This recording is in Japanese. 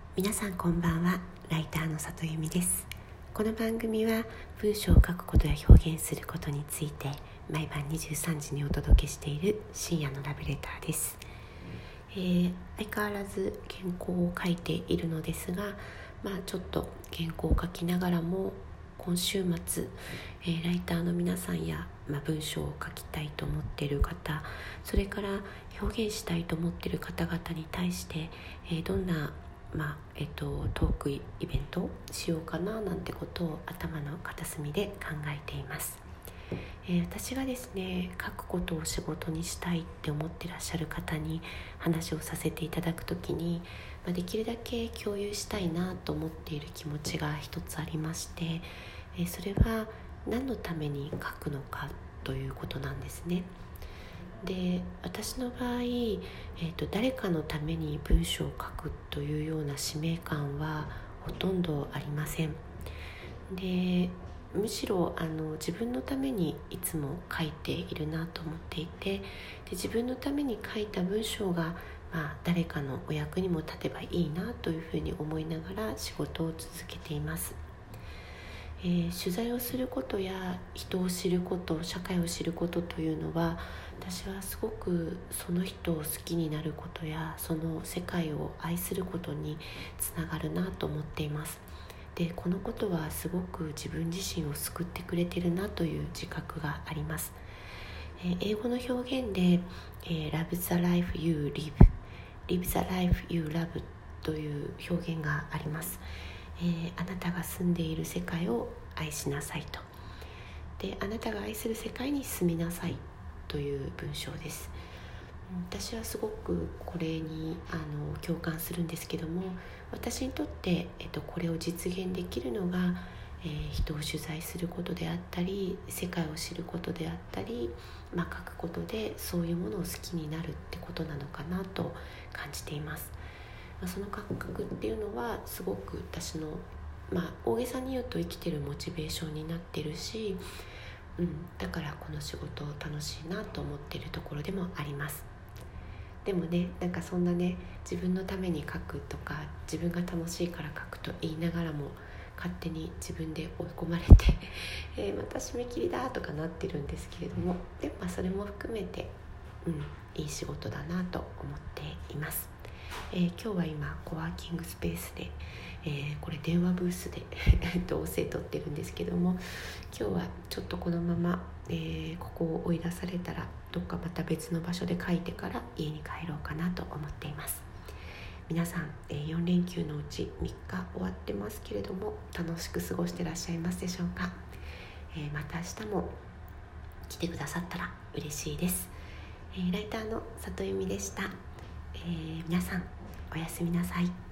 皆さんこんばんは。ライターの里由美です。この番組は文章を書くことや表現することについて毎晩23時にお届けしている深夜のラブレターです。相変わらず原稿を書いているのですが、ちょっと原稿を書きながらも今週末、ライターの皆さんや、文章を書きたいと思っている方、それから表現したいと思っている方々に対して、どんなトークイベントをしようかななんてことを頭の片隅で考えています。私がですね、書くことを仕事にしたいって思ってらっしゃる方に話をさせていただくときに、できるだけ共有したいなと思っている気持ちが一つありまして、それは何のために書くのかということなんですね。で、私の場合、誰かのために文章を書くというような使命感はほとんどありません。で、むしろ自分のためにいつも書いているなと思っていて、で自分のために書いた文章が、誰かのお役にも立てばいいなというふうに思いながら仕事を続けています。取材をすることや人を知ること、社会を知ることというのは、私はすごくその人を好きになることやその世界を愛することにつながるなと思っています。で、このことはすごく自分自身を救ってくれてるなという自覚があります。英語の表現で、Love the life you live, Live the life you love という表現があります。あなたが住んでいる世界を愛しなさいと。で、あなたが愛する世界に住みなさいという文章です。私はすごくこれに共感するんですけども、私にとって、これを実現できるのが、人を取材することであったり、世界を知ることであったり、書くことでそういうものを好きになるってことなのかなと感じています。その感覚っていうのはすごく私の、大げさに言うと生きてるモチベーションになってるし、だからこの仕事を楽しいなと思っているところでもあります。でもね、そんなね、自分のために書くとか自分が楽しいから書くと言いながらも勝手に自分で追い込まれて、また締め切りだとかなってるんですけれども、でそれも含めて、いい仕事だなと思っています。今日は今コワーキングスペースで、これ電話ブースで音声取ってるんですけども、今日はちょっとこのまま、ここを追い出されたらどっかまた別の場所で書いてから家に帰ろうかなと思っています。皆さん、4連休のうち3日終わってますけれども、楽しく過ごしてらっしゃいますでしょうか。また明日も来てくださったら嬉しいです。ライターの里由美でした。皆さんおやすみなさい。